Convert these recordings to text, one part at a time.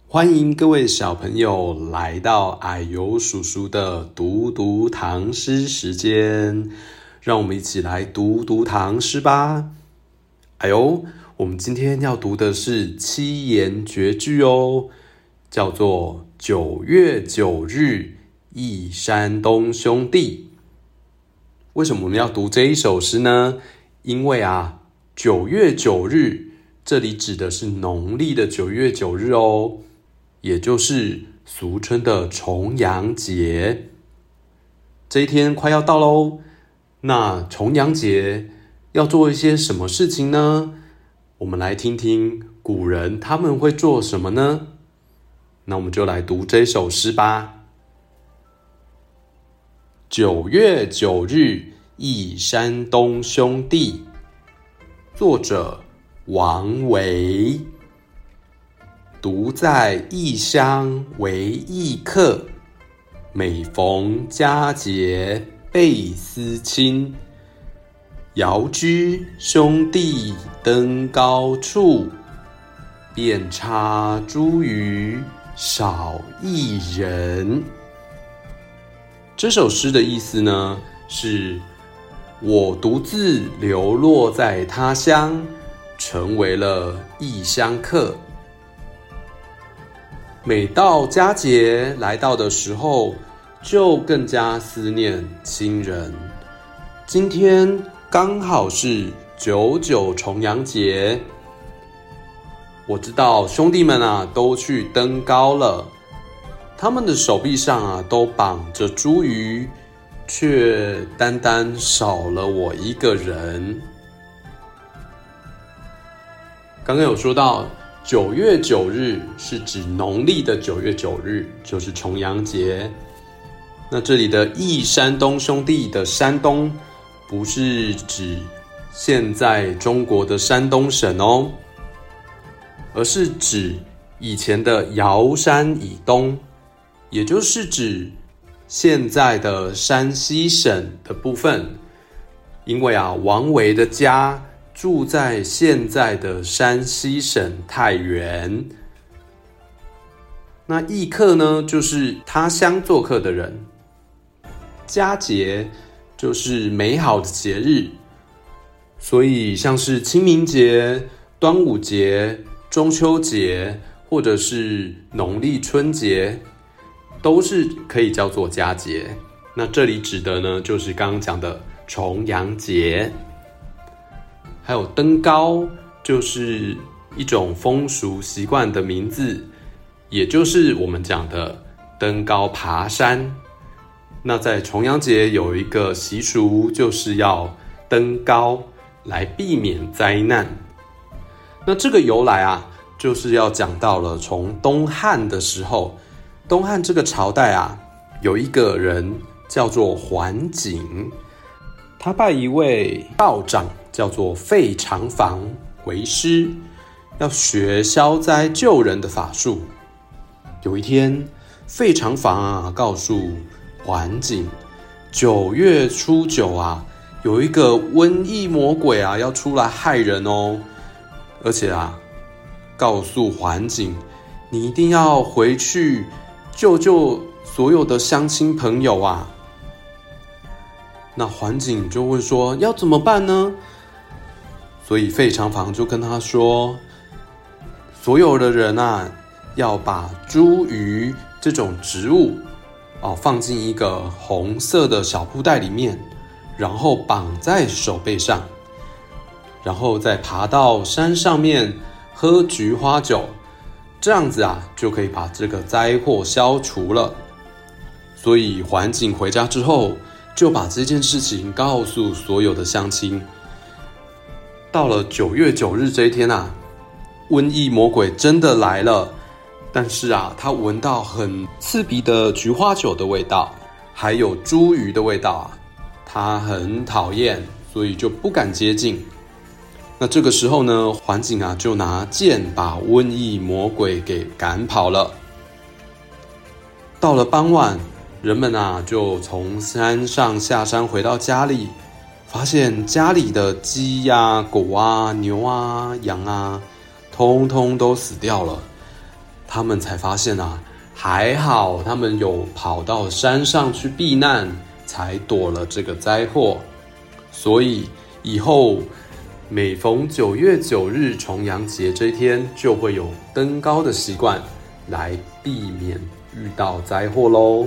欢迎各位小朋友来到矮油叔叔的读读唐诗时间，让我们一起来读读唐诗吧。我们今天要读的是七言绝句哦，叫做9月9日忆山东兄弟。为什么我们要读这一首诗呢？因为9月9日这里指的是农历的9月9日哦，也就是俗称的重阳节。这一天快要到咯，那重阳节要做一些什么事情呢？我们来听听古人他们会做什么呢？那我们就来读这首诗吧。9月9日忆山东兄弟，作者王维。独在异乡为异客，每逢佳节倍思亲。遥知兄弟登高处，遍插茱萸少一人。这首诗的意思呢，是我独自流落在他乡，成为了异乡客。每到佳节来到的时候，就更加思念亲人。今天刚好是9重阳节，我知道兄弟们都去登高了，他们的手臂上都绑着茱萸，却单单少了我一个人。刚刚有说到9月9日是指农历的9月9日，就是重阳节。那这里的忆山东兄弟的山东，不是指现在中国的山东省哦，而是指以前的瑶山以东，也就是指现在的山西省的部分。因为王维的家住在现在的山西省太原。那异客呢，就是他乡做客的人。佳节就是美好的节日，所以像是清明节、端午节、中秋节，或者是农历春节，都是可以叫做佳节。那这里指的呢，就是刚刚讲的重阳节。还有登高，就是一种风俗习惯的名字，也就是我们讲的登高爬山。那在重阳节有一个习俗，就是要登高来避免灾难。那这个由来就是要讲到了从东汉的时候，东汉这个朝代有一个人叫做桓景，他拜一位道长叫做费长房为师，要学消灾救人的法术。有一天，费长房告诉桓景，9月初9有一个瘟疫魔鬼要出来害人哦，而且告诉桓景，你一定要回去救救所有的乡亲朋友那桓景就问说，要怎么办呢？所以费长房就跟他说，所有的人要把茱萸这种植物放进一个红色的小布袋里面，然后绑在手背上，然后再爬到山上面喝菊花酒，这样子就可以把这个灾祸消除了。所以桓景回家之后，就把这件事情告诉所有的乡亲。到了9月9日这一天瘟疫魔鬼真的来了，但是他闻到很刺鼻的菊花酒的味道，还有茱萸的味道他很讨厌，所以就不敢接近。那这个时候呢，桓景就拿剑把瘟疫魔鬼给赶跑了。到了傍晚，人们就从山上下山回到家里，发现家里的鸡狗牛羊通通都死掉了。 他们才发现啊，还好他们有跑到山上去避难，才躲了这个灾祸。所以以后每逢9月9日重阳节这一天，就会有登高的习惯，来避免遇到灾祸咯。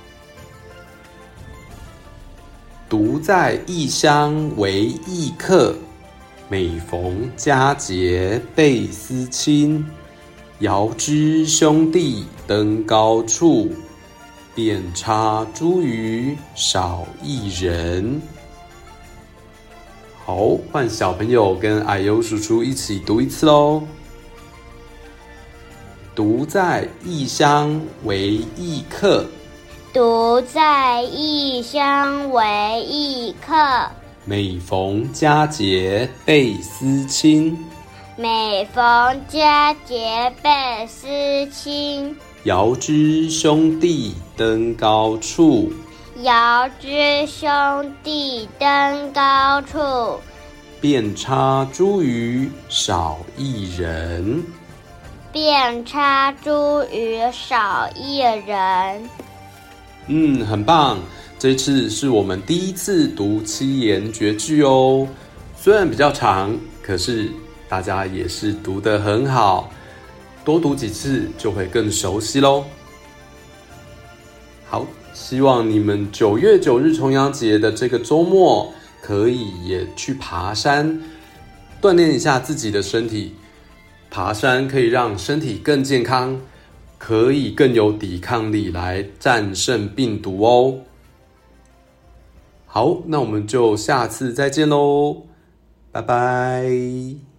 独在异乡为异客，每逢佳节倍思亲。遥知兄弟登高处，遍插茱萸少一人。好，换小朋友跟哎呦叔叔一起读一次咯。独在异乡为异客， 独在异乡为异客， 每逢佳节倍思亲。 每逢佳节倍思亲。 遥知兄弟登高处， 遥知兄弟登高处， 遍插茱萸少一人。 遍插茱萸少一人。 很棒！这次是我们第一次读七言绝句哦，虽然比较长，可是大家也是读得很好，多读几次就会更熟悉咯。好，希望你们9月9日重阳节的这个周末，可以也去爬山，锻炼一下自己的身体。爬山可以让身体更健康，可以更有抵抗力来战胜病毒哦。好，那我们就下次再见咯，拜拜。